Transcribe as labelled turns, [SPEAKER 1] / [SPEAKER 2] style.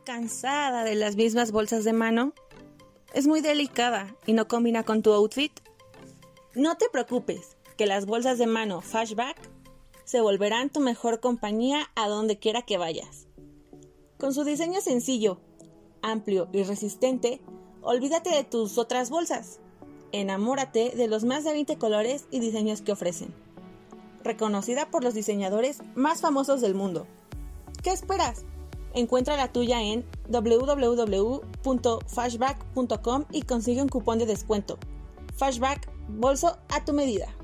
[SPEAKER 1] cansada de las mismas bolsas de mano? Es muy delicada y no combina con tu outfit. No te preocupes, que las bolsas de mano Fashback se volverán tu mejor compañía a donde quiera que vayas. Con su diseño sencillo, amplio y resistente, olvídate de tus otras bolsas. Enamórate de los más de 20 colores y diseños que ofrecen. Reconocida por los diseñadores más famosos del mundo. ¿Qué esperas? Encuentra la tuya en www.fashback.com y consigue un cupón de descuento. Fashback, bolso a tu medida.